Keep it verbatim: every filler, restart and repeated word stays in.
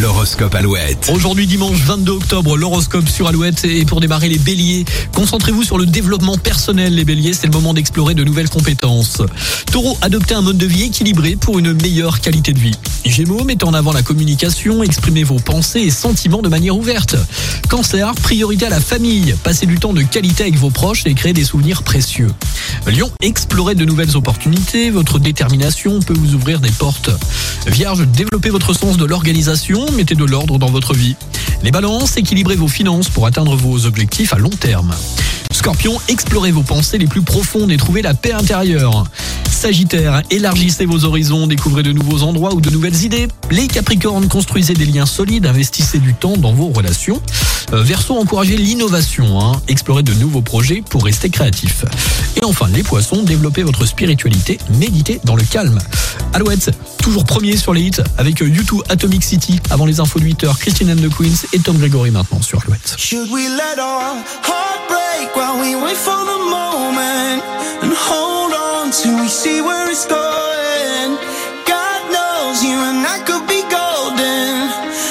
l'horoscope Alouette. Aujourd'hui dimanche vingt-deux octobre, l'horoscope sur Alouette. Et pour démarrer les béliers, concentrez-vous sur le développement personnel. Les béliers, c'est le moment d'explorer de nouvelles compétences. Taureau, adoptez un mode de vie équilibré pour une meilleure qualité de vie. Gémeaux, mettez en avant la communication, exprimez vos pensées et sentiments de manière ouverte. Cancer, priorité à la famille. Passez du temps de qualité avec vos proches et créez des souvenirs précieux. Lion, explorez de nouvelles opportunités. Votre détermination peut vous ouvrir des portes. Vierge, développez votre sens de l'organisation, mettez de l'ordre dans votre vie. Les balances, équilibrez vos finances pour atteindre vos objectifs à long terme. Scorpion, explorez vos pensées les plus profondes et trouvez la paix intérieure. Sagittaire, élargissez vos horizons, découvrez de nouveaux endroits ou de nouvelles idées. Les Capricornes, construisez des liens solides, investissez du temps dans vos relations. Euh, Verseau, encouragez l'innovation, hein. Explorez de nouveaux projets pour rester créatif. Et enfin, les Poissons, développez votre spiritualité, méditez dans le calme. Alouette, toujours premier sur les hits avec U deux Atomic City. Avant les infos de huit heures, Christine and the Queens et Tom Gregory maintenant sur Alouette. Should we let our heart break while we wait for the moment and hold on till we see where